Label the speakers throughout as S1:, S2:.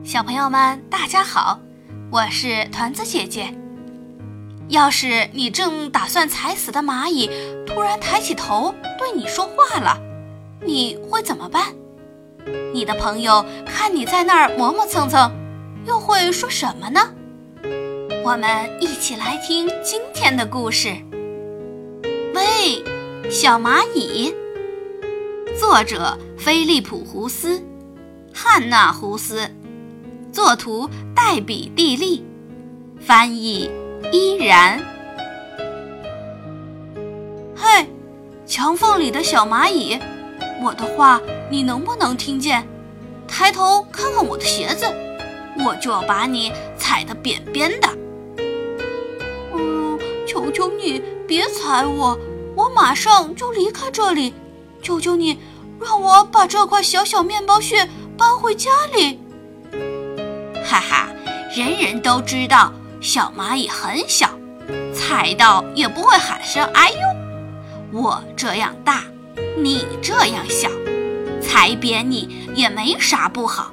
S1: 小朋友们大家好，我是团子姐姐。要是你正打算踩死的蚂蚁突然抬起头对你说话了，你会怎么办？你的朋友看你在那儿磨磨蹭蹭，又会说什么呢？我们一起来听今天的故事。喂，小蚂蚁。作者菲利普·胡斯，汉娜·胡斯，作图黛比·蒂利，翻译依然。嘿，墙缝里的小蚂蚁，我的话你能不能听见？抬头看看我的鞋子，我就要把你踩得扁扁的。求求你别踩我，我马上就离开这里。求求你让我把这块小小面包屑搬回家里。哈哈，人人都知道小蚂蚁很小，踩到也不会喊声哎呦。我这样大，你这样小，踩扁你也没啥不好。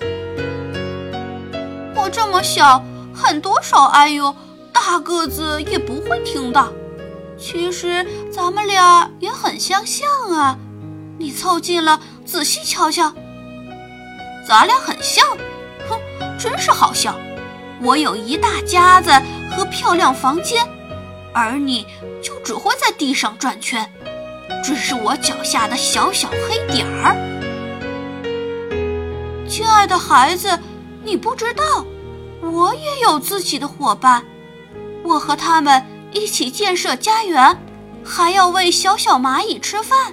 S1: 我这么小，喊多少哎呦，大个子也不会听到。其实咱们俩也很相像啊，你凑近了仔细瞧瞧。咱俩很像？哼，真是好笑。我有一大家子和漂亮房间，而你就只会在地上转圈，只是我脚下的小小黑点儿。亲爱的孩子，你不知道，我也有自己的伙伴，我和他们一起建设家园，还要喂小小蚂蚁吃饭。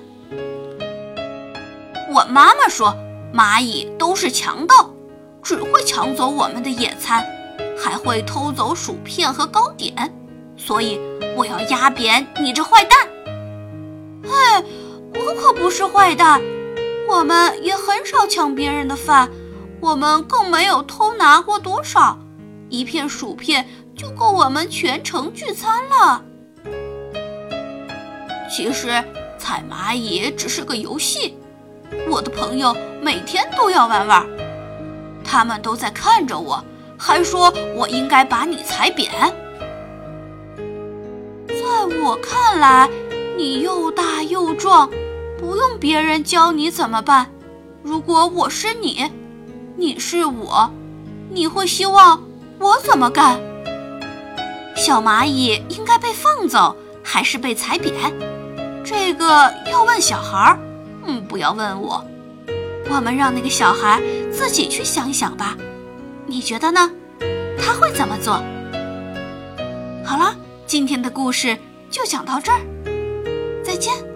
S1: 我妈妈说，蚂蚁都是强盗，只会抢走我们的野餐，还会偷走薯片和糕点，所以我要压扁你这坏蛋。嘿，我可不是坏蛋，我们也很少抢别人的饭，我们更没有偷拿过多少，一片薯片就够我们全城聚餐了。其实踩蚂蚁只是个游戏，我的朋友每天都要玩，他们都在看着我，还说我应该把你踩扁。在我看来，你又大又壮，不用别人教你怎么办。如果我是你，你是我，你会希望我怎么干？小蚂蚁应该被放走，还是被踩扁？这个要问小孩，不要问我。我们让那个小孩自己去想想吧，你觉得呢？他会怎么做？好了，今天的故事就讲到这儿，再见。